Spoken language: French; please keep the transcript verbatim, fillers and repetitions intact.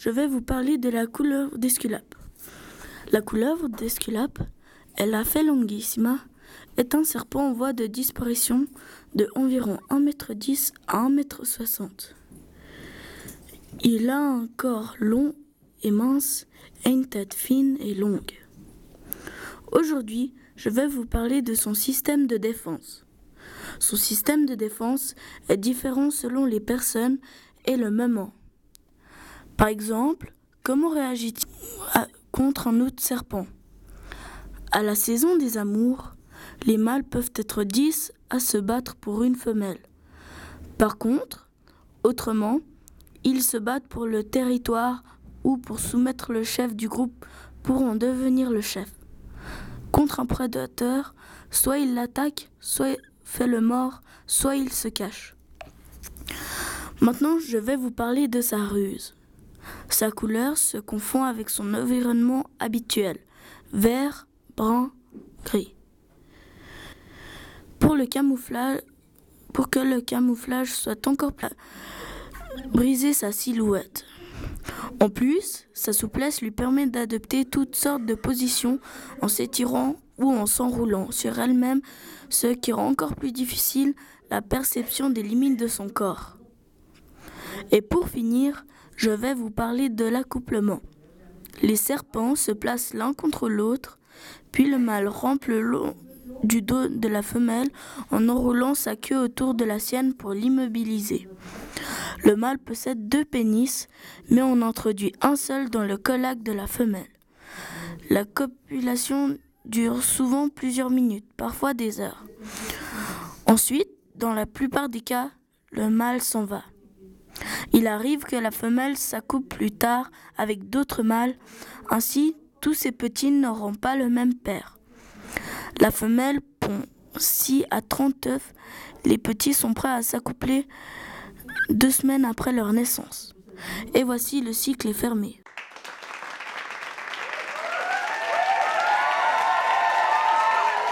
je vais vous parler de la couleuvre d'Esculape. La couleuvre d'Esculape, la Felonghissima, est un serpent en voie de disparition de environ un mètre dix à un mètre soixante. Il a un corps long et mince et une tête fine et longue. Aujourd'hui, je vais vous parler de son système de défense. Son système de défense est différent selon les personnes et le moment. Par exemple, comment réagit-il contre un autre serpent? À la saison des amours, les mâles peuvent être dix à se battre pour une femelle. Par contre, autrement, ils se battent pour le territoire ou pour soumettre le chef du groupe pour en devenir le chef. Contre un prédateur, soit il l'attaque, soit fait le mort, soit il se cache. Maintenant, je vais vous parler de sa ruse. Sa couleur se confond avec son environnement habituel, vert, brun, gris. Pour, le camouflage, pour que le camouflage soit encore plus briser sa silhouette. En plus, sa souplesse lui permet d'adopter toutes sortes de positions en s'étirant ou en s'enroulant sur elle-même, ce qui rend encore plus difficile la perception des limites de son corps. Et pour finir, je vais vous parler de l'accouplement. Les serpents se placent l'un contre l'autre, puis le mâle rampe le long du dos de la femelle en enroulant sa queue autour de la sienne pour l'immobiliser. Le mâle possède deux pénis, mais on introduit un seul dans le collac de la femelle. La copulation dure souvent plusieurs minutes, parfois des heures. Ensuite, dans la plupart des cas, le mâle s'en va. Il arrive que la femelle s'accouple plus tard avec d'autres mâles, ainsi tous ces petits n'auront pas le même père. La femelle pond six à trente œufs, les petits sont prêts à s'accoupler deux semaines après leur naissance. Et voici, le cycle est fermé.